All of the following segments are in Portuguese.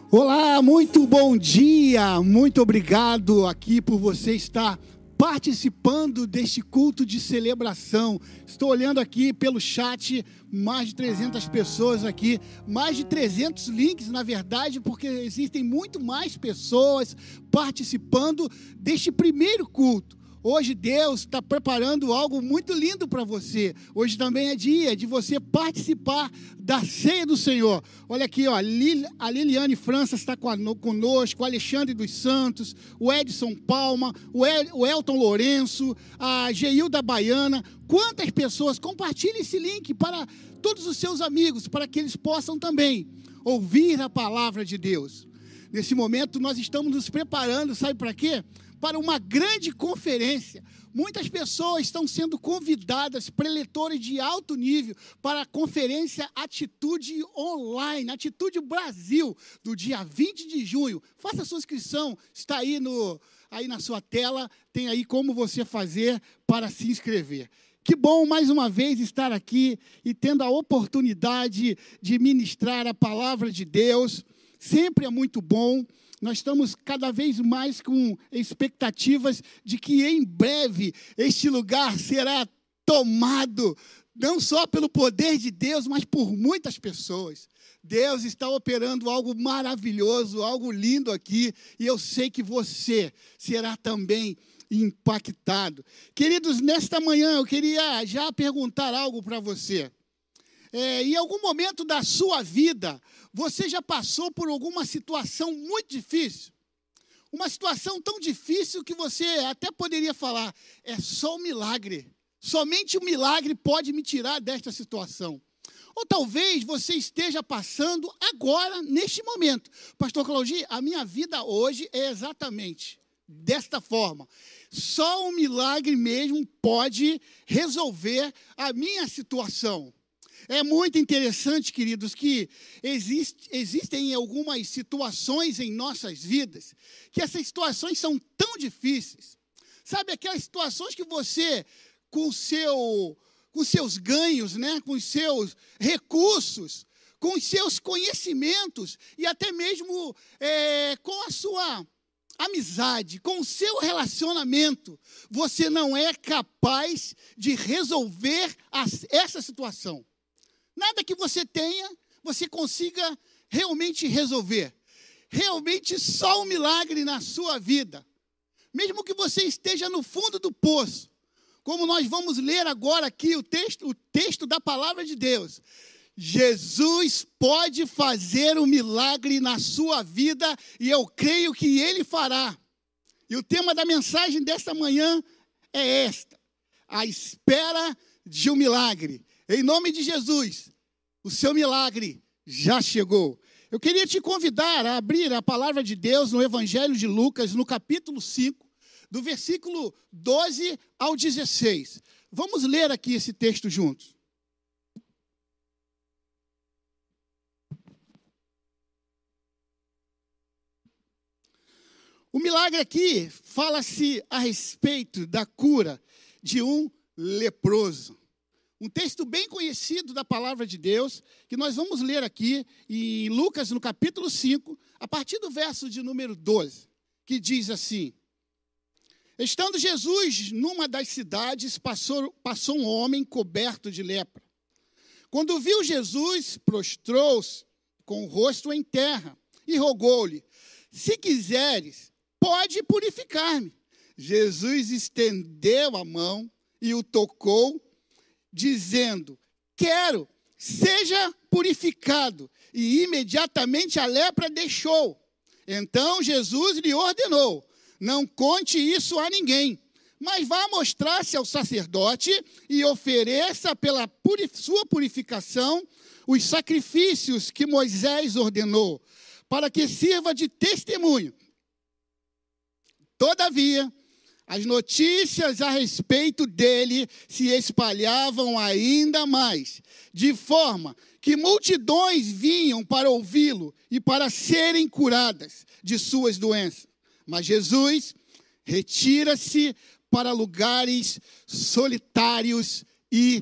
Olá, muito bom dia, muito obrigado aqui por você estar participando deste culto de celebração. Estou olhando aqui pelo chat, mais de 300 pessoas aqui, mais de 300 links, na verdade, porque existem muito mais pessoas participando deste primeiro culto. Hoje Deus está preparando algo muito lindo para você. Hoje também é dia de você participar da ceia do Senhor. Olha aqui, ó, a Liliane França está conosco, o Alexandre dos Santos, o Edson Palma, o Elton Lourenço, a Geilda Baiana. Quantas pessoas? Compartilhe esse link para todos os seus amigos, para que eles possam também ouvir a palavra de Deus. Nesse momento nós estamos nos preparando, sabe para quê? Para uma grande conferência. Muitas pessoas estão sendo convidadas, preletores de alto nível, para a conferência Atitude Online, Atitude Brasil, do dia 20 de junho. Faça a sua inscrição, está aí na sua tela, tem aí como você fazer para se inscrever. Que bom, mais uma vez, estar aqui e tendo a oportunidade de ministrar a palavra de Deus. Sempre é muito bom. Nós estamos cada vez mais com expectativas de que em breve este lugar será tomado, não só pelo poder de Deus, mas por muitas pessoas. Deus está operando algo maravilhoso, algo lindo aqui, e eu sei que você será também impactado. Queridos, nesta manhã eu queria já perguntar algo para você. Em algum momento da sua vida, você já passou por alguma situação muito difícil? Uma situação tão difícil que você até poderia falar, é só um milagre. Somente um milagre pode me tirar desta situação. Ou talvez você esteja passando agora, neste momento. Pastor Claudio, a minha vida hoje é exatamente desta forma. Só um milagre mesmo pode resolver a minha situação. É muito interessante, queridos, que existem algumas situações em nossas vidas, que essas situações são tão difíceis. Sabe, aquelas situações que você, com seus ganhos, né, com os seus recursos, com os seus conhecimentos, e até mesmo com a sua amizade, com o seu relacionamento, você não é capaz de resolver essa situação. Nada que você tenha, você consiga realmente resolver. Realmente só um milagre na sua vida. Mesmo que você esteja no fundo do poço, como nós vamos ler agora aqui o texto da palavra de Deus. Jesus pode fazer um milagre na sua vida e eu creio que Ele fará. E o tema da mensagem desta manhã é esta: a espera de um milagre. Em nome de Jesus, o seu milagre já chegou. Eu queria te convidar a abrir a palavra de Deus no Evangelho de Lucas, no capítulo 5, do versículo 12 ao 16. Vamos ler aqui esse texto juntos. O milagre aqui fala-se a respeito da cura de um leproso. Um texto bem conhecido da palavra de Deus, que nós vamos ler aqui em Lucas, no capítulo 5, a partir do verso de número 12, que diz assim: estando Jesus numa das cidades, passou um homem coberto de lepra. Quando viu Jesus, prostrou-se com o rosto em terra e rogou-lhe: se quiseres, pode purificar-me. Jesus estendeu a mão e o tocou, dizendo: quero, seja purificado. E imediatamente a lepra deixou. Então Jesus lhe ordenou: não conte isso a ninguém, mas vá mostrar-se ao sacerdote e ofereça pela sua purificação os sacrifícios que Moisés ordenou, para que sirva de testemunho. Todavia, as notícias a respeito dele se espalhavam ainda mais, de forma que multidões vinham para ouvi-lo e para serem curadas de suas doenças. Mas Jesus retira-se para lugares solitários e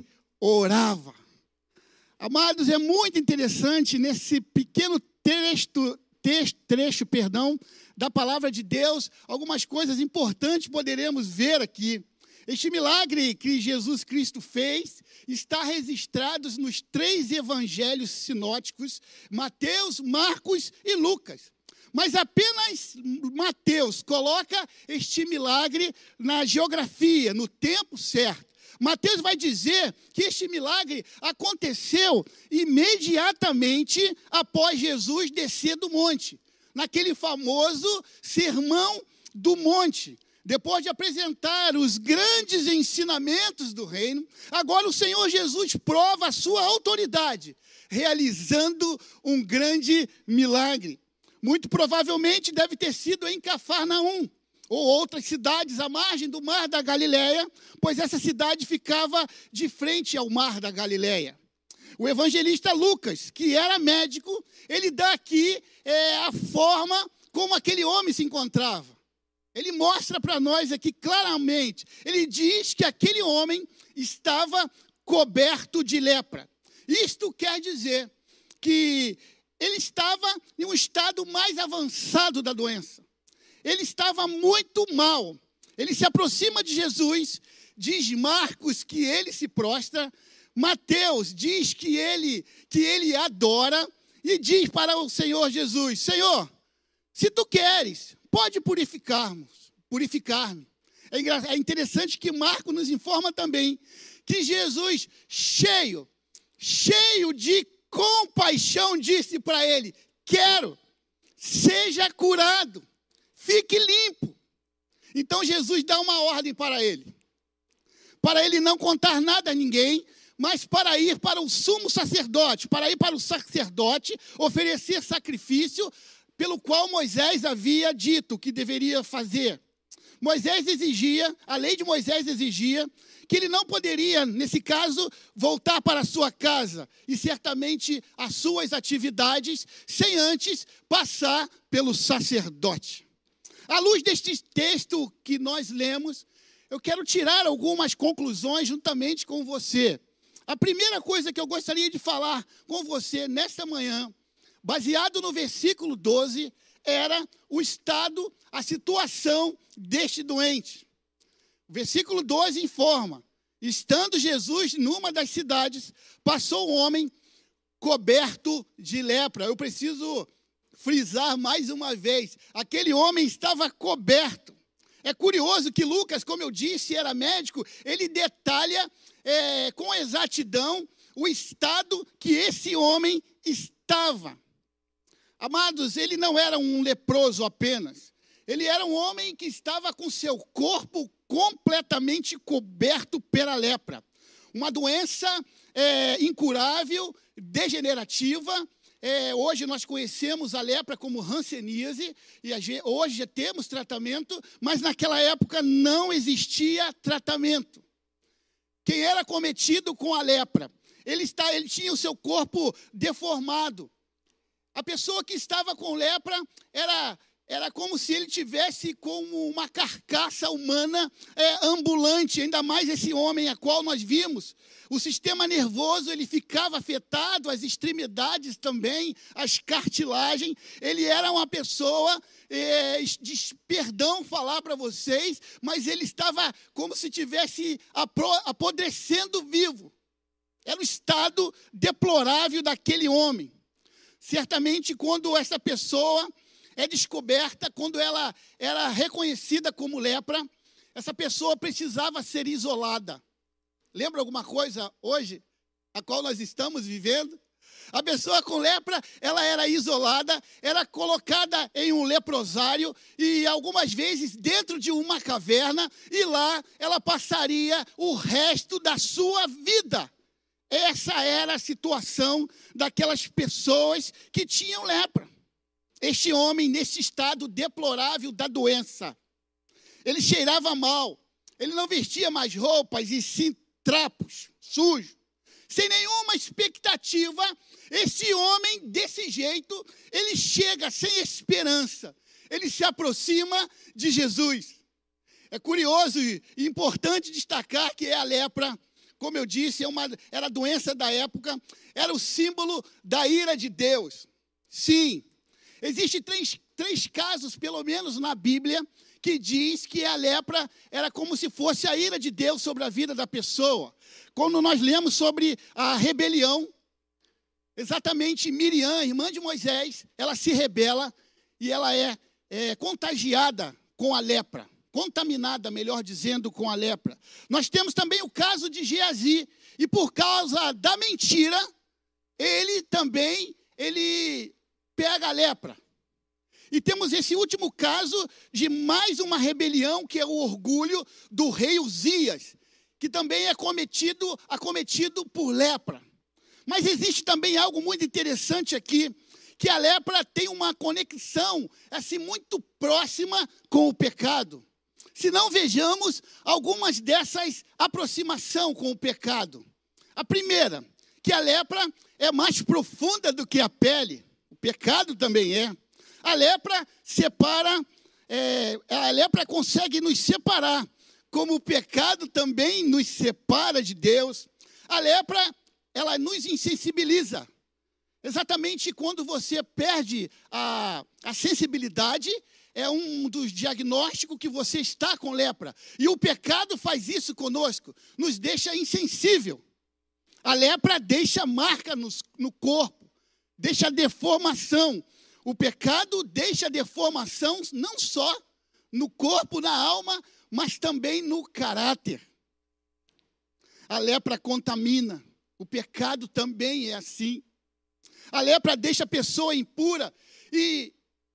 orava. Amados, é muito interessante nesse pequeno trecho, da palavra de Deus, algumas coisas importantes poderemos ver aqui. Este milagre que Jesus Cristo fez está registrado nos 3 evangelhos sinóticos, Mateus, Marcos e Lucas. Mas apenas Mateus coloca este milagre na geografia, no tempo certo. Mateus vai dizer que este milagre aconteceu imediatamente após Jesus descer do monte, naquele famoso Sermão do Monte. Depois de apresentar os grandes ensinamentos do reino, agora o Senhor Jesus prova a sua autoridade, realizando um grande milagre. Muito provavelmente deve ter sido em Cafarnaum, ou outras cidades à margem do Mar da Galileia, pois essa cidade ficava de frente ao Mar da Galileia. O evangelista Lucas, que era médico, ele dá aqui a forma como aquele homem se encontrava. Ele mostra para nós aqui claramente, ele diz que aquele homem estava coberto de lepra. Isto quer dizer que ele estava em um estado mais avançado da doença. Ele estava muito mal. Ele se aproxima de Jesus, diz Marcos que ele se prostra, Mateus diz que ele adora e diz para o Senhor Jesus: Senhor, se tu queres, pode purificar-me. É interessante que Marcos nos informa também que Jesus, cheio de compaixão, disse para ele: quero, seja curado, fique limpo. Então Jesus dá uma ordem para ele não contar nada a ninguém, mas para ir para o sumo sacerdote, oferecer sacrifício, pelo qual Moisés havia dito que deveria fazer. A lei de Moisés exigia que ele não poderia, nesse caso, voltar para a sua casa e certamente as suas atividades, sem antes passar pelo sacerdote. À luz deste texto que nós lemos, eu quero tirar algumas conclusões juntamente com você. A primeira coisa que eu gostaria de falar com você nesta manhã, baseado no versículo 12, era o estado, a situação deste doente. O versículo 12 informa: estando Jesus numa das cidades, passou um homem coberto de lepra. Eu preciso frisar mais uma vez, aquele homem estava coberto. É curioso que Lucas, como eu disse, era médico, ele detalha com exatidão o estado que esse homem estava. Amados, ele não era um leproso apenas. Ele era um homem que estava com seu corpo completamente coberto pela lepra. Uma doença incurável, degenerativa. Hoje nós conhecemos a lepra como hanseníase, e hoje já temos tratamento, mas naquela época não existia tratamento. Quem era cometido com a lepra? Ele tinha o seu corpo deformado. A pessoa que estava com lepra era como se ele tivesse como uma carcaça humana ambulante, ainda mais esse homem a qual nós vimos. O sistema nervoso ele ficava afetado, as extremidades também, as cartilagens. Ele era uma pessoa, perdão falar para vocês, mas ele estava como se estivesse apodrecendo vivo. Era o estado deplorável daquele homem. Certamente, quando essa pessoa é descoberta, quando ela era reconhecida como lepra, essa pessoa precisava ser isolada. Lembra alguma coisa hoje, a qual nós estamos vivendo? A pessoa com lepra, ela era isolada, era colocada em um leprosário e algumas vezes dentro de uma caverna, e lá ela passaria o resto da sua vida. Essa era a situação daquelas pessoas que tinham lepra. Este homem, nesse estado deplorável da doença, ele cheirava mal, ele não vestia mais roupas e sim trapos sujos. Sem nenhuma expectativa, esse homem, desse jeito, ele chega sem esperança. Ele se aproxima de Jesus. É curioso e importante destacar que a lepra, como eu disse, era a doença da época, era o símbolo da ira de Deus. Sim, Existem três casos, pelo menos na Bíblia, que diz que a lepra era como se fosse a ira de Deus sobre a vida da pessoa. Quando nós lemos sobre a rebelião, exatamente Miriam, irmã de Moisés, ela se rebela e ela é contagiada com a lepra. Contaminada, melhor dizendo, com a lepra. Nós temos também o caso de Geazi, e por causa da mentira, ele pega a lepra. E temos esse último caso de mais uma rebelião, que é o orgulho do rei Uzias, que também é acometido por lepra. Mas existe também algo muito interessante aqui, que a lepra tem uma conexão assim muito próxima com o pecado. Se não, vejamos algumas dessas aproximações com o pecado. A primeira, que a lepra é mais profunda do que a pele. O pecado também é. A lepra a lepra consegue nos separar, como o pecado também nos separa de Deus. A lepra, ela nos insensibiliza. Exatamente quando você perde a sensibilidade, é um dos diagnósticos que você está com lepra. E o pecado faz isso conosco, nos deixa insensível. A lepra deixa marca no corpo, deixa deformação. O pecado deixa deformação não só no corpo, na alma, mas também no caráter. A lepra contamina. O pecado também é assim. A lepra deixa a pessoa impura. E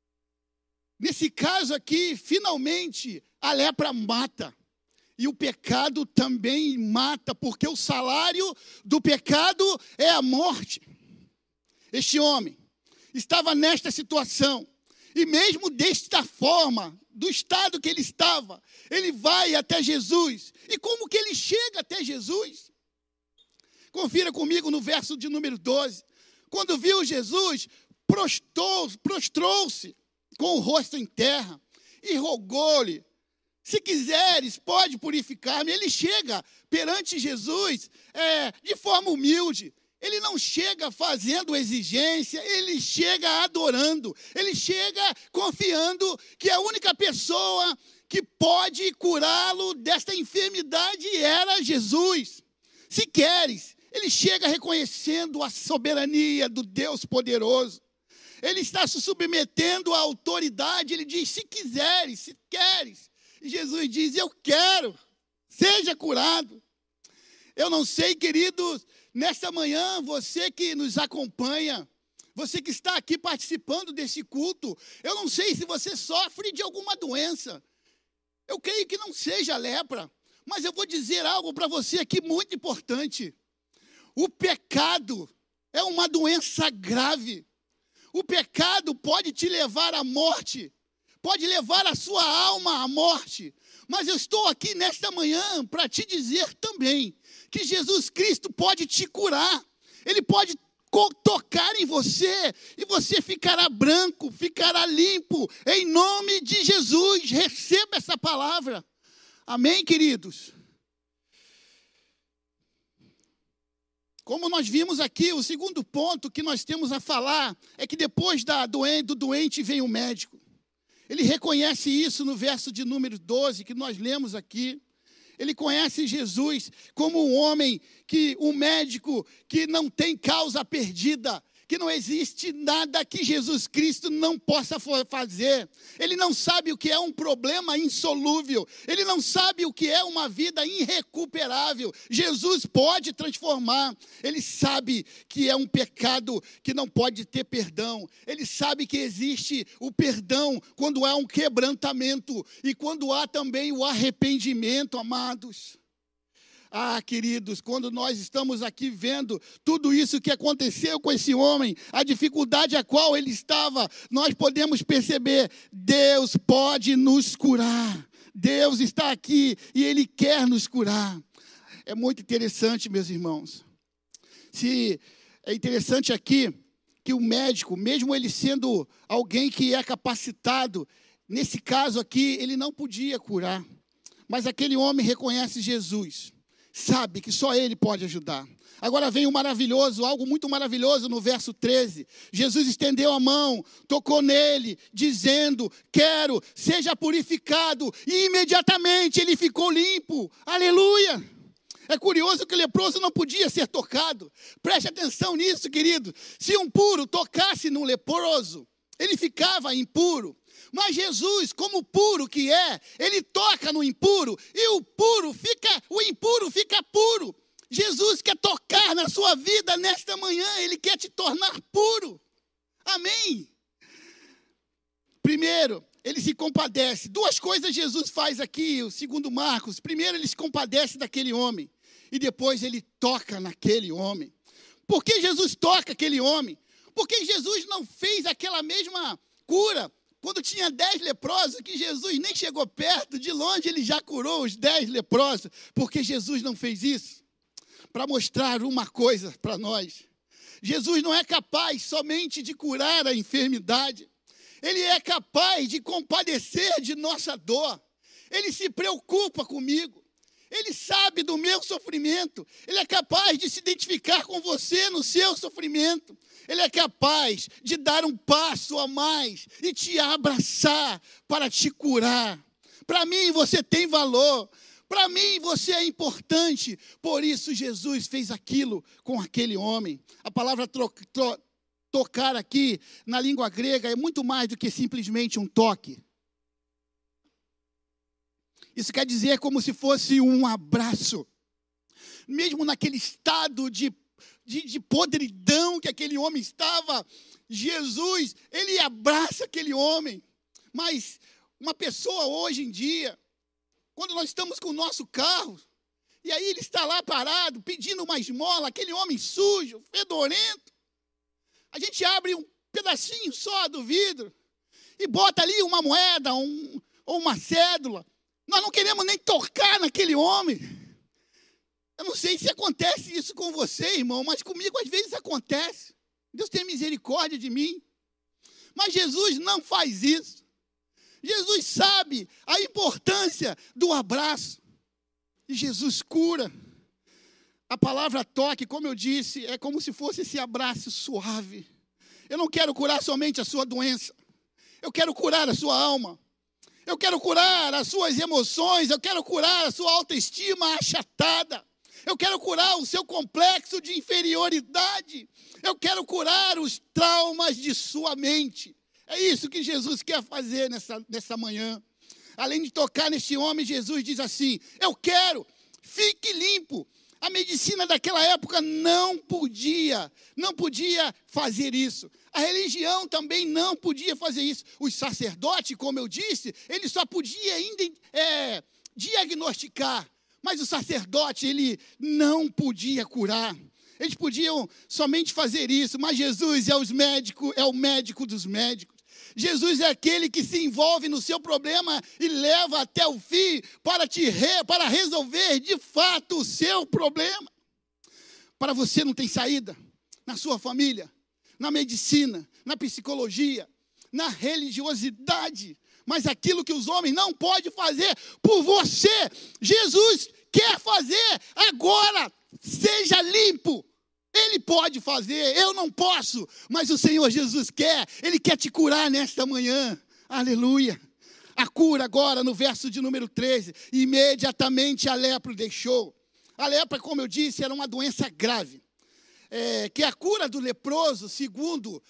nesse caso aqui, finalmente, a lepra mata. E o pecado também mata, porque o salário do pecado é a morte. Este homem estava nesta situação. E mesmo desta forma, do estado que ele estava, ele vai até Jesus. E como que ele chega até Jesus? Confira comigo no verso de número 12. Quando viu Jesus, prostrou-se com o rosto em terra e rogou-lhe: se quiseres, pode purificar-me. Ele chega perante Jesus de forma humilde. Ele não chega fazendo exigência, ele chega adorando. Ele chega confiando que a única pessoa que pode curá-lo desta enfermidade era Jesus. Se queres, ele chega reconhecendo a soberania do Deus poderoso. Ele está se submetendo à autoridade. Ele diz: se quiseres, se queres. E Jesus diz: eu quero, seja curado. Eu não sei, queridos, nesta manhã, você que nos acompanha, você que está aqui participando desse culto, eu não sei se você sofre de alguma doença. Eu creio que não seja lepra, mas eu vou dizer algo para você aqui muito importante. O pecado é uma doença grave. O pecado pode te levar à morte, pode levar a sua alma à morte. Mas eu estou aqui nesta manhã para te dizer também que Jesus Cristo pode te curar. Ele pode tocar em você e você ficará branco, ficará limpo. Em nome de Jesus, receba essa palavra. Amém, queridos? Como nós vimos aqui, o segundo ponto que nós temos a falar é que depois do doente vem o médico. Ele reconhece isso no verso de número 12, que nós lemos aqui. Ele conhece Jesus como um médico que não tem causa perdida, que não existe nada que Jesus Cristo não possa fazer. Ele não sabe o que é um problema insolúvel. Ele não sabe o que é uma vida irrecuperável. Jesus pode transformar. Ele sabe que é um pecado que não pode ter perdão. Ele sabe que existe o perdão quando há um quebrantamento e quando há também o arrependimento, amados. Ah, queridos, quando nós estamos aqui vendo tudo isso que aconteceu com esse homem, a dificuldade a qual ele estava, nós podemos perceber: Deus pode nos curar. Deus está aqui e Ele quer nos curar. É muito interessante, meus irmãos. É interessante aqui que o médico, mesmo ele sendo alguém que é capacitado, nesse caso aqui, ele não podia curar. Mas aquele homem reconhece Jesus. sabe que só Ele pode ajudar. Agora vem o maravilhoso, algo muito maravilhoso no verso 13. Jesus estendeu a mão, tocou nele, dizendo, quero, seja purificado. E imediatamente ele ficou limpo. Aleluia! É curioso que o leproso não podia ser tocado. Preste atenção nisso, querido. Se um puro tocasse no leproso, ele ficava impuro. Mas Jesus, como puro que é, ele toca no impuro e o impuro fica puro. Jesus quer tocar na sua vida nesta manhã, Ele quer te tornar puro. Amém? Primeiro, Ele se compadece. Duas coisas Jesus faz aqui, segundo Marcos. Primeiro, Ele se compadece daquele homem. E depois, Ele toca naquele homem. Por que Jesus toca aquele homem? Porque Jesus não fez aquela mesma cura quando tinha 10 leprosos, que Jesus nem chegou perto. De longe, Ele já curou os 10 leprosos. Porque Jesus não fez isso? Para mostrar uma coisa para nós. Jesus não é capaz somente de curar a enfermidade. Ele é capaz de compadecer de nossa dor. Ele se preocupa comigo. Ele sabe do meu sofrimento. Ele é capaz de se identificar com você no seu sofrimento. Ele é capaz de dar um passo a mais e te abraçar para te curar. Para mim, você tem valor. Para mim, você é importante. Por isso, Jesus fez aquilo com aquele homem. A palavra tocar aqui, na língua grega, é muito mais do que simplesmente um toque. Isso quer dizer como se fosse um abraço. Mesmo naquele estado de podridão que aquele homem estava, Jesus, Ele abraça aquele homem. Mas uma pessoa hoje em dia, quando nós estamos com o nosso carro, e aí ele está lá parado, pedindo uma esmola, aquele homem sujo, fedorento. A gente abre um pedacinho só do vidro e bota ali uma moeda ou uma cédula. Nós não queremos nem tocar naquele homem. Eu não sei se acontece isso com você, irmão, mas comigo às vezes acontece. Deus tem misericórdia de mim. Mas Jesus não faz isso. Jesus sabe a importância do abraço. E Jesus cura. A palavra toque, como eu disse, é como se fosse esse abraço suave. Eu não quero curar somente a sua doença. Eu quero curar a sua alma. Eu quero curar as suas emoções. Eu quero curar a sua autoestima achatada. Eu quero curar o seu complexo de inferioridade. Eu quero curar os traumas de sua mente. É isso que Jesus quer fazer nessa manhã. Além de tocar neste homem, Jesus diz assim, eu quero, fique limpo. A medicina daquela época não podia fazer isso. A religião também não podia fazer isso. Os sacerdotes, como eu disse, ele só podia ainda diagnosticar. Mas o sacerdote, ele não podia curar. Eles podiam somente fazer isso, mas Jesus é o médico dos médicos. Jesus é aquele que se envolve no seu problema e leva até o fim para resolver de fato o seu problema. Para você não tem saída na sua família, na medicina, na psicologia, na religiosidade, mas aquilo que os homens não podem fazer por você, Jesus quer fazer agora. Seja limpo. Ele pode fazer, eu não posso, mas o Senhor Jesus quer, Ele quer te curar nesta manhã, aleluia. A cura agora no verso de número 13, imediatamente a lepra o deixou. A lepra, como eu disse, era uma doença grave, que a cura do leproso, segundo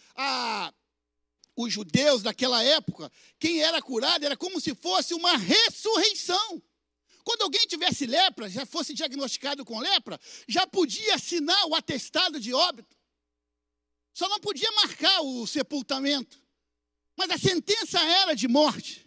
os judeus daquela época, quem era curado era como se fosse uma ressurreição. Quando alguém tivesse lepra, já fosse diagnosticado com lepra, já podia assinar o atestado de óbito. Só não podia marcar o sepultamento. Mas a sentença era de morte.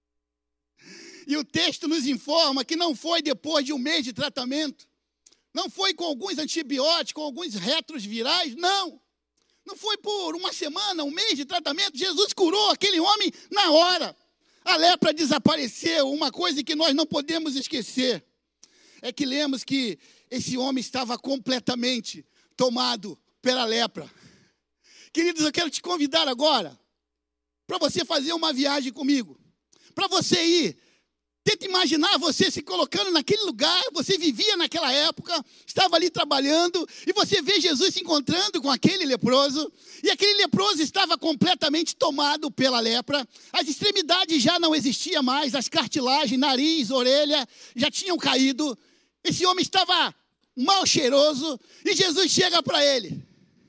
E o texto nos informa que não foi depois de um mês de tratamento. Não foi com alguns antibióticos, com alguns retrovirais, não. Não foi por uma semana, um mês de tratamento. Jesus curou aquele homem na hora. A lepra desapareceu. Uma coisa que nós não podemos esquecer é que lemos que esse homem estava completamente tomado pela lepra. Queridos, eu quero te convidar agora para você fazer uma viagem comigo. Para você ir Tenta imaginar você se colocando naquele lugar, você vivia naquela época, estava ali trabalhando, e você vê Jesus se encontrando com aquele leproso, e aquele leproso estava completamente tomado pela lepra, as extremidades já não existiam mais, as cartilagens, nariz, orelha, já tinham caído, esse homem estava mal cheiroso, e Jesus chega para ele,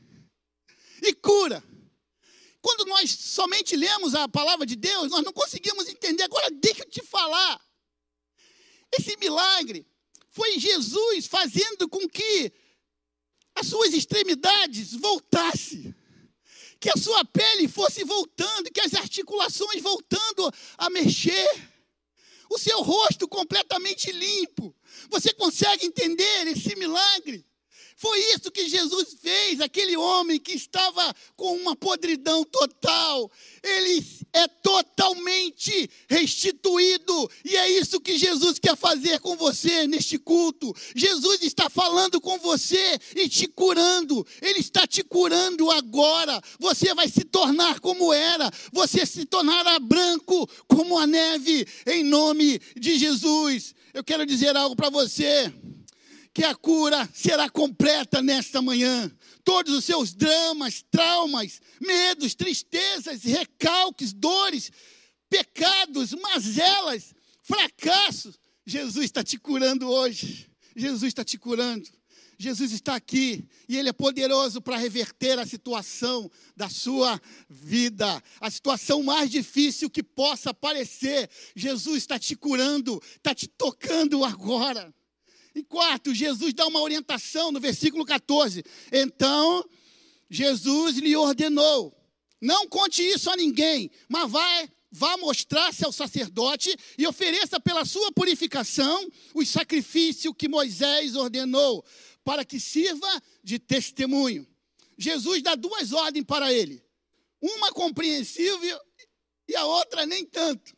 e cura. Quando nós somente lemos a palavra de Deus, nós não conseguimos entender. Agora deixa eu te falar. Esse milagre foi Jesus fazendo com que as suas extremidades voltassem, que a sua pele fosse voltando, que as articulações voltando a mexer, o seu rosto completamente limpo. Você consegue entender esse milagre? Foi isso que Jesus fez, aquele homem que estava com uma podridão total, ele é totalmente restituído, e é isso que Jesus quer fazer com você neste culto. Jesus está falando com você e te curando, ele está te curando agora. Você vai se tornar como era, você se tornará branco como a neve, em nome de Jesus. Eu quero dizer algo para você, que a cura será completa nesta manhã. Todos os seus dramas, traumas, medos, tristezas, recalques, dores, pecados, mazelas, fracassos, Jesus está te curando hoje. Jesus está te curando. Jesus está aqui e Ele é poderoso para reverter a situação da sua vida. A situação mais difícil que possa parecer, Jesus está te curando, está te tocando agora. E quarto, Jesus dá uma orientação no versículo 14. Então, Jesus lhe ordenou, não conte isso a ninguém, mas vá mostrar-se ao sacerdote e ofereça pela sua purificação o sacrifício que Moisés ordenou, para que sirva de testemunho. Jesus dá duas ordens para ele, uma compreensível e a outra nem tanto.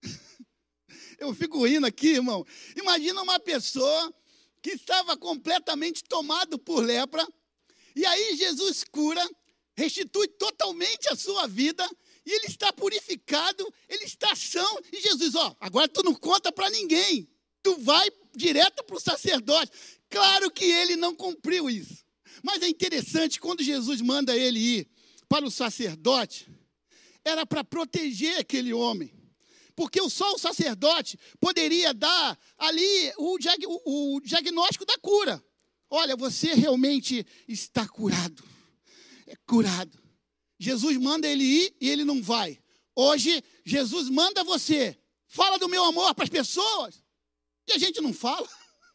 Eu fico rindo aqui, irmão. Imagina uma pessoa que estava completamente tomado por lepra, e aí Jesus cura, restitui totalmente a sua vida, e ele está purificado, ele está são, e Jesus, agora tu não conta para ninguém, tu vai direto para o sacerdote. Claro que ele não cumpriu isso, mas é interessante, quando Jesus manda ele ir para o sacerdote, era para proteger aquele homem, porque só o sacerdote poderia dar ali o diagnóstico da cura. Olha, você realmente está curado. É curado. Jesus manda ele ir e ele não vai. Hoje, Jesus manda você. Fala do meu amor para as pessoas. E a gente não fala.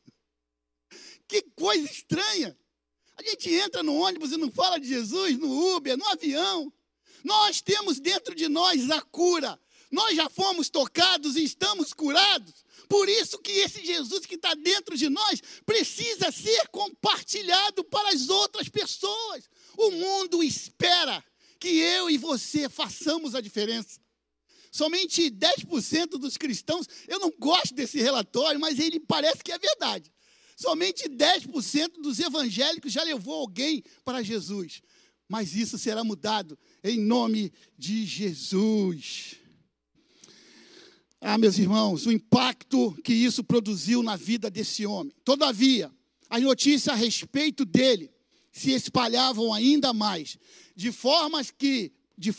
Que coisa estranha. A gente entra no ônibus e não fala de Jesus, no Uber, no avião. Nós temos dentro de nós a cura. Nós já fomos tocados e estamos curados. Por isso que esse Jesus que está dentro de nós precisa ser compartilhado para as outras pessoas. O mundo espera que eu e você façamos a diferença. Somente 10% dos cristãos, eu não gosto desse relatório, mas ele parece que é verdade. Somente 10% dos evangélicos já levou alguém para Jesus. Mas isso será mudado em nome de Jesus. Meus irmãos, o impacto que isso produziu na vida desse homem. Todavia, as notícias a respeito dele se espalhavam ainda mais, de forma que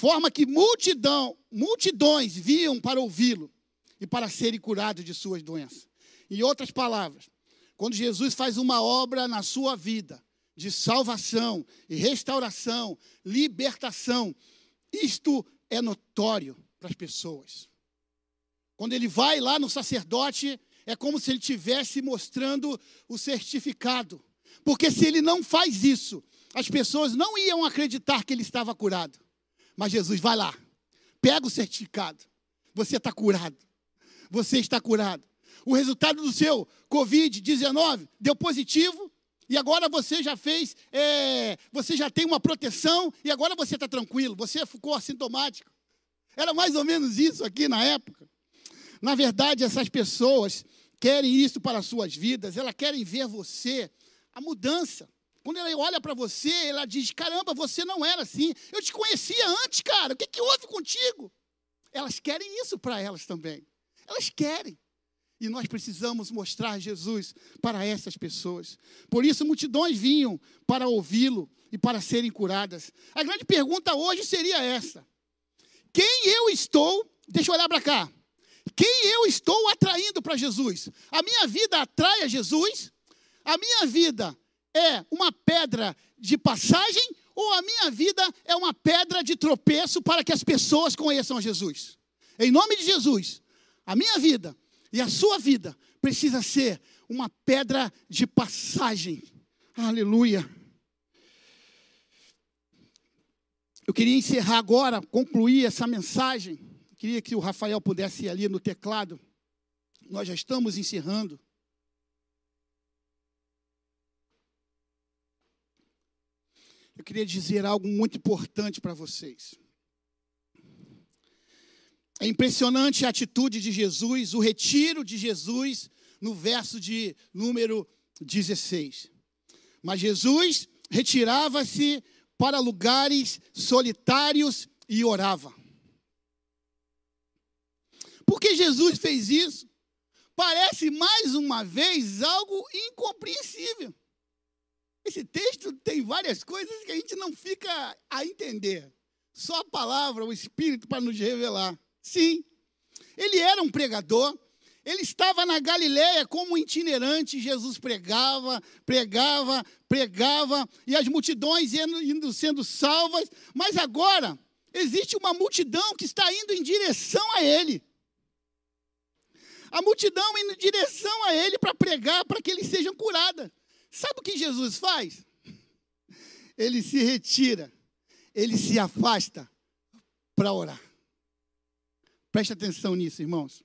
multidões vinham para ouvi-lo e para serem curados de suas doenças. Em outras palavras, quando Jesus faz uma obra na sua vida, de salvação e restauração, libertação, isto é notório para as pessoas. Quando ele vai lá no sacerdote, é como se ele estivesse mostrando o certificado. Porque se ele não faz isso, as pessoas não iam acreditar que ele estava curado. Mas Jesus vai lá, pega o certificado. Você está curado. Você está curado. O resultado do seu Covid-19 deu positivo. E agora você já você já tem uma proteção. E agora você está tranquilo. Você ficou assintomático. Era mais ou menos isso aqui na época. Na verdade, essas pessoas querem isso para as suas vidas, elas querem ver você, a mudança. Quando ela olha para você, ela diz, caramba, você não era assim, eu te conhecia antes, cara, o que houve contigo? Elas querem isso para elas também, elas querem. E nós precisamos mostrar Jesus para essas pessoas. Por isso, multidões vinham para ouvi-lo e para serem curadas. A grande pergunta hoje seria essa: quem eu estou, deixa eu olhar para cá, quem eu estou atraindo para Jesus? A minha vida atrai a Jesus? A minha vida é uma pedra de passagem ou a minha vida é uma pedra de tropeço para que as pessoas conheçam a Jesus? Em nome de Jesus, a minha vida e a sua vida precisa ser uma pedra de passagem. Aleluia. Eu queria encerrar agora, concluir essa mensagem. Queria que o Rafael pudesse ir ali no teclado. Nós já estamos encerrando. Eu queria dizer algo muito importante para vocês. É impressionante a atitude de Jesus, o retiro de Jesus, no verso de número 16. Mas Jesus retirava-se para lugares solitários e orava. Por que Jesus fez isso? Parece, mais uma vez, algo incompreensível. Esse texto tem várias coisas que a gente não fica a entender. Só a palavra, o Espírito para nos revelar. Sim, ele era um pregador, ele estava na Galileia como itinerante, Jesus pregava, e as multidões indo sendo salvas, mas agora existe uma multidão que está indo em direção a ele. A multidão indo em direção a ele para pregar, para que eles sejam curados. Sabe o que Jesus faz? Ele se retira, ele se afasta para orar. Preste atenção nisso, irmãos.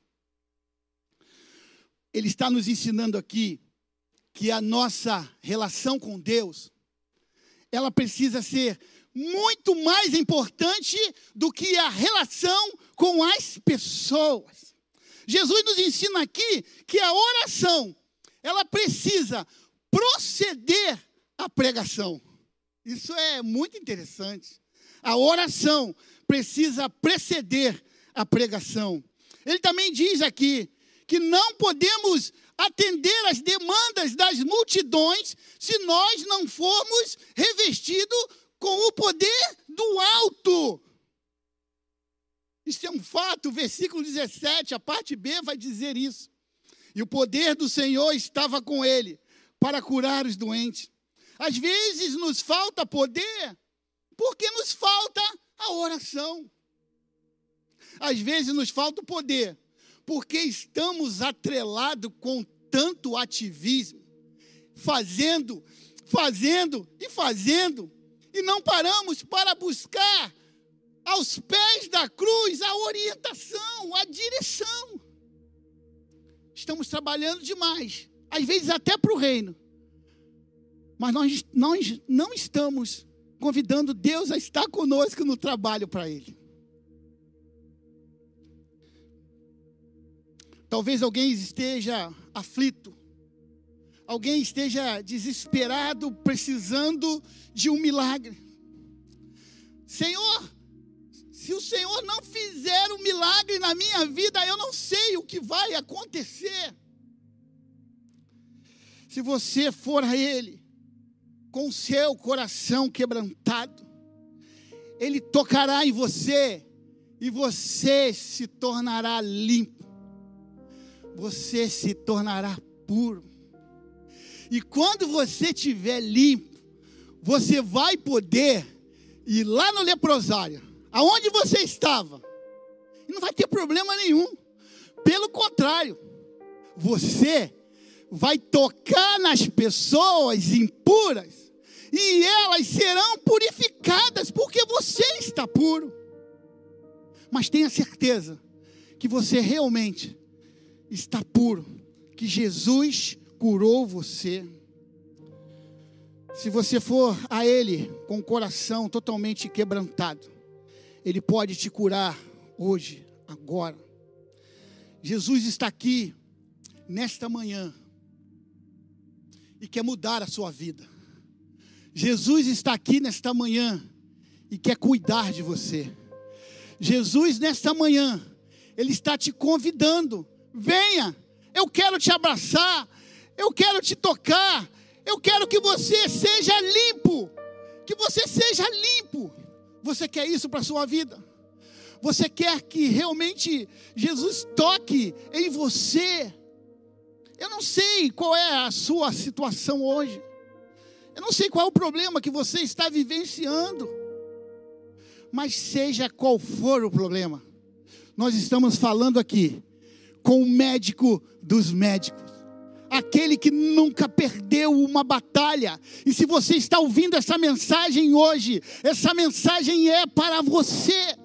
Ele está nos ensinando aqui que a nossa relação com Deus, ela precisa ser muito mais importante do que a relação com as pessoas. Jesus nos ensina aqui que a oração, ela precisa proceder à pregação. Isso é muito interessante. A oração precisa preceder a pregação. Ele também diz aqui que não podemos atender às demandas das multidões se nós não formos revestidos com o poder do alto. Isso é um fato, o versículo 17, a parte B vai dizer isso. E o poder do Senhor estava com ele para curar os doentes. Às vezes nos falta poder porque nos falta a oração. Às vezes nos falta o poder, porque estamos atrelados com tanto ativismo, fazendo, e não paramos para buscar aos pés da cruz a orientação, a direção. Estamos trabalhando demais, às vezes até para o reino, mas nós não estamos convidando Deus a estar conosco no trabalho para Ele. Talvez alguém esteja aflito, alguém esteja desesperado, precisando de um milagre. Senhor, se o Senhor não fizer um milagre na minha vida, eu não sei o que vai acontecer. Se você for a Ele, com o seu coração quebrantado, Ele tocará em você, e você se tornará limpo. Você se tornará puro. E quando você estiver limpo, você vai poder ir lá no leprosário, aonde você estava, e não vai ter problema nenhum. Pelo contrário, você vai tocar nas pessoas impuras, e elas serão purificadas, porque você está puro. Mas tenha certeza que você realmente está puro, que Jesus curou você. Se você for a Ele com o coração totalmente quebrantado, Ele pode te curar hoje, agora. Jesus está aqui nesta manhã e quer mudar a sua vida. Jesus está aqui nesta manhã e quer cuidar de você. Jesus nesta manhã, Ele está te convidando. Venha, eu quero te abraçar, eu quero te tocar, eu quero que você seja limpo, que você seja limpo. Você quer isso para a sua vida? Você quer que realmente Jesus toque em você? Eu não sei qual é a sua situação hoje, eu não sei qual é o problema que você está vivenciando, mas seja qual for o problema, nós estamos falando aqui com o médico dos médicos, aquele que nunca perdeu uma batalha. E se você está ouvindo essa mensagem hoje, essa mensagem é para você.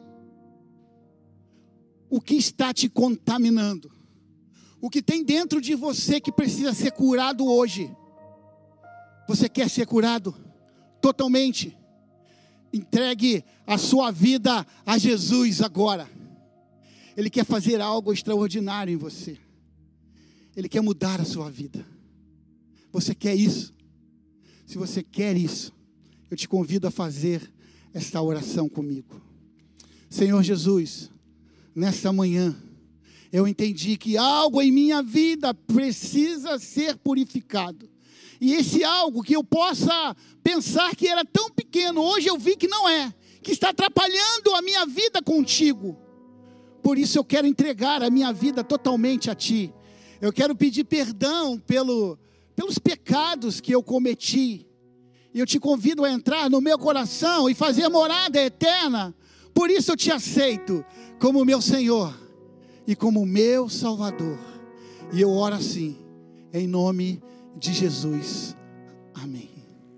O que está te contaminando? O que tem dentro de você que precisa ser curado hoje? Você quer ser curado totalmente? Entregue a sua vida a Jesus agora. Ele quer fazer algo extraordinário em você. Ele quer mudar a sua vida. Você quer isso? Se você quer isso, eu te convido a fazer esta oração comigo. Senhor Jesus, nesta manhã, eu entendi que algo em minha vida precisa ser purificado. E esse algo que eu possa pensar que era tão pequeno, hoje eu vi que não é, que está atrapalhando a minha vida contigo. Por isso eu quero entregar a minha vida totalmente a Ti. Eu quero pedir perdão pelos pecados que eu cometi. E eu te convido a entrar no meu coração e fazer morada eterna. Por isso eu te aceito como meu Senhor e como meu Salvador. E eu oro assim, em nome de Jesus. Amém.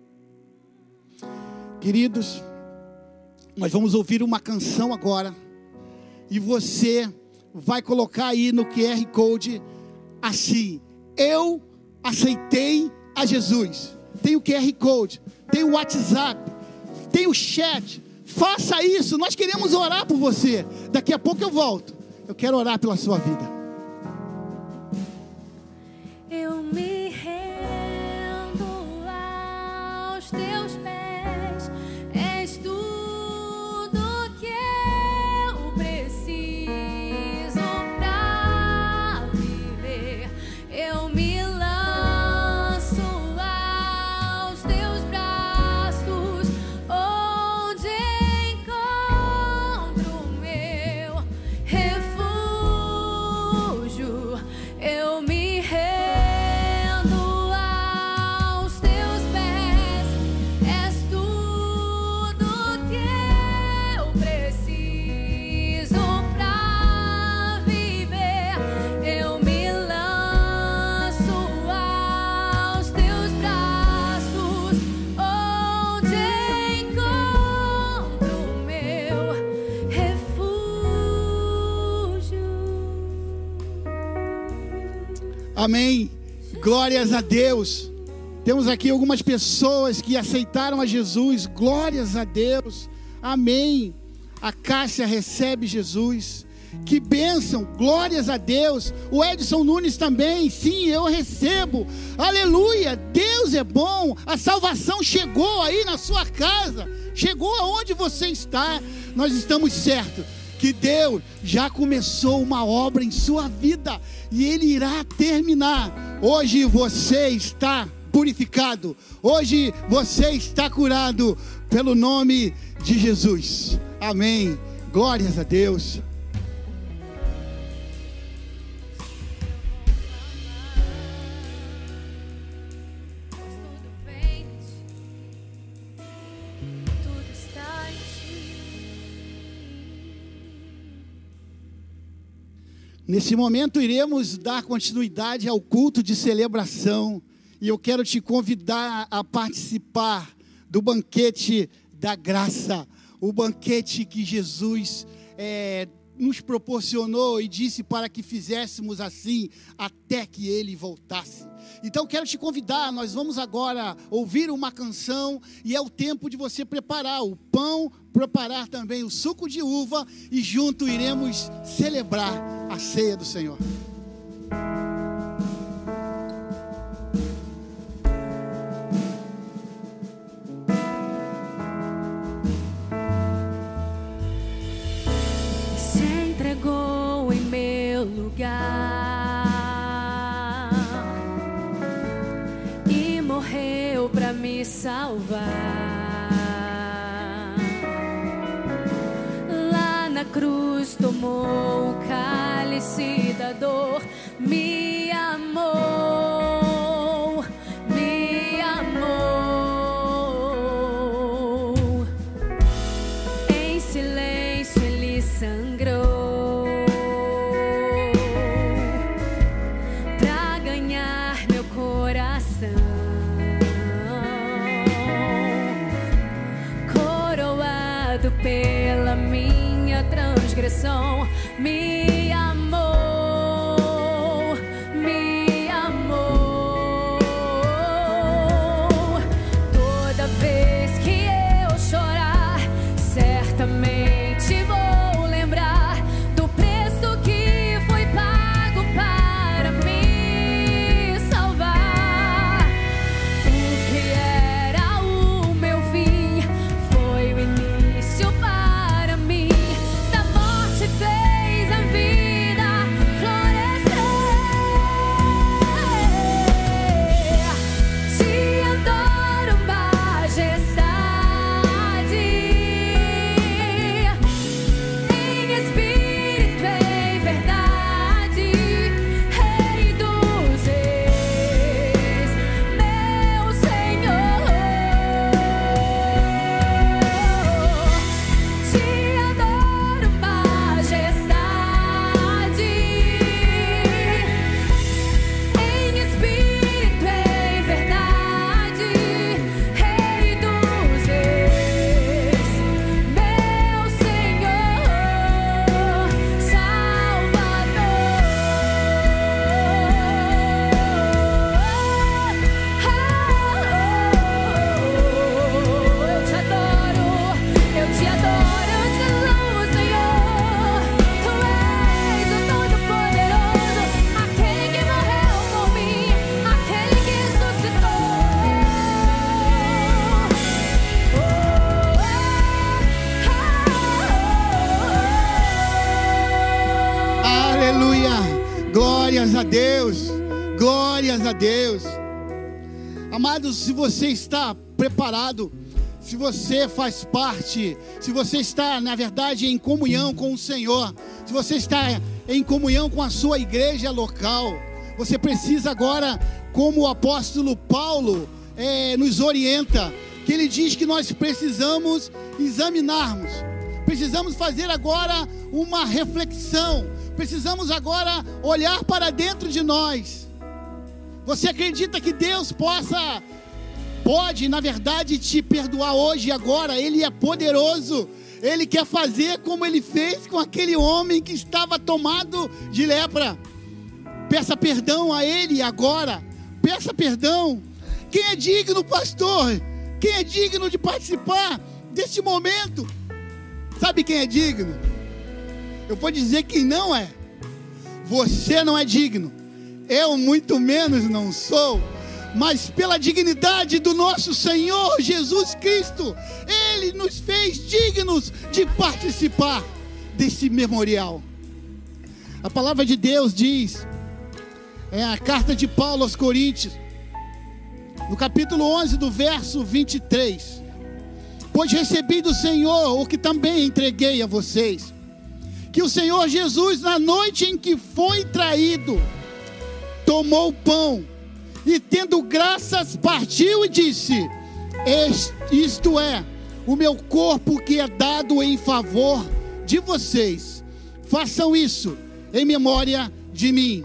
Queridos, nós vamos ouvir uma canção agora. E você vai colocar aí no QR Code assim: eu aceitei a Jesus. Tem o QR Code, tem o WhatsApp, tem o chat. Faça isso, nós queremos orar por você. Daqui a pouco eu volto. Eu quero orar pela sua vida. Eu me rendo aos teus pés. És tudo que eu preciso pra viver. Eu me lanço aos teus braços, onde encontro o meu refúgio. Eu me rendo aos teus pés. És tudo que eu preciso pra viver. Eu me lanço aos teus braços, onde encontro o meu refúgio. Amém. Glórias a Deus. Temos aqui algumas pessoas que aceitaram a Jesus. Glórias a Deus. Amém. A Cássia recebe Jesus. Que bênção. Glórias a Deus. O Edson Nunes também. Sim, eu recebo. Aleluia. Deus é bom. A salvação chegou aí na sua casa. Chegou aonde você está. Nós estamos certos que Deus já começou uma obra em sua vida e Ele irá terminar. Hoje você está purificado. Hoje você está curado pelo nome de Jesus. Amém. Glórias a Deus. Tudo vem de ti, tudo está em ti. Nesse momento iremos dar continuidade ao culto de celebração. E eu quero te convidar a participar do banquete da graça. O banquete que Jesus nos proporcionou e disse para que fizéssemos assim até que Ele voltasse. Então quero te convidar, nós vamos agora ouvir uma canção e é o tempo de você preparar o pão, preparar também o suco de uva e junto iremos celebrar a ceia do Senhor. Se entregou em meu lugar. me salvar. Lá na cruz tomou o cálice da dor, me amou, me amou. Em silêncio ele sangrou pra ganhar meu coração. Coroado pela minha transgressão, me amou, me amou. Toda vez que eu chorar, certamente vou lembrar do preço que foi pago para me salvar. O que era o meu fim foi o início para mim. Da morte fez a vida florescer. Te adoro, majestade, em espírito e verdade, Rei dos reis, meu Senhor. Te adoro, majestade, em espírito e verdade, Rei dos reis, meu Senhor, Salvador. Eu te adoro, eu te louvo, Senhor. Tu és o Todo-Poderoso, aquele que morreu por mim, aquele que ressuscitou. Aleluia! Glórias a Deus! Glórias a Deus! Amados, se você está preparado, se você faz parte, se você está, na verdade, em comunhão com o Senhor, se você está em comunhão com a sua igreja local, você precisa agora, como o apóstolo Paulo nos orienta, que ele diz que nós precisamos examinarmos, precisamos fazer agora uma reflexão, precisamos agora olhar para dentro de nós. Você acredita que Deus pode, na verdade, te perdoar hoje e agora? Ele é poderoso. Ele quer fazer como ele fez com aquele homem que estava tomado de lepra. Peça perdão a ele agora. Peça perdão. Quem é digno, pastor? Quem é digno de participar desse momento? Sabe quem é digno? Eu vou dizer quem não é. Você não é digno. Eu muito menos não sou. Mas pela dignidade do nosso Senhor Jesus Cristo, Ele nos fez dignos de participar desse memorial. A palavra de Deus diz, a carta de Paulo aos Coríntios, no capítulo 11, do verso 23. Pois recebi do Senhor o que também entreguei a vocês, que o Senhor Jesus, na noite em que foi traído, tomou o pão e, tendo graças, partiu e disse: isto é o meu corpo que é dado em favor de vocês. Façam isso em memória de mim.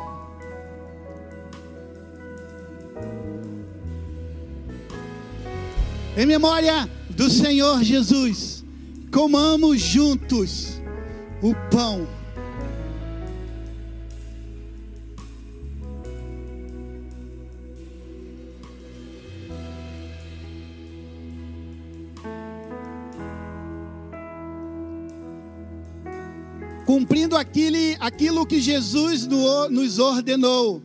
Em memória do Senhor Jesus, comamos juntos o pão. Cumprindo aquilo que Jesus nos ordenou.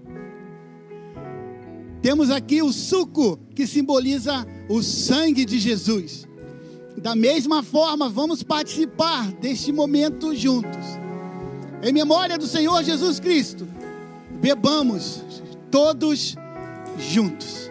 Temos aqui o suco, que simboliza o sangue de Jesus. Da mesma forma, vamos participar deste momento juntos. Em memória do Senhor Jesus Cristo, bebamos todos juntos.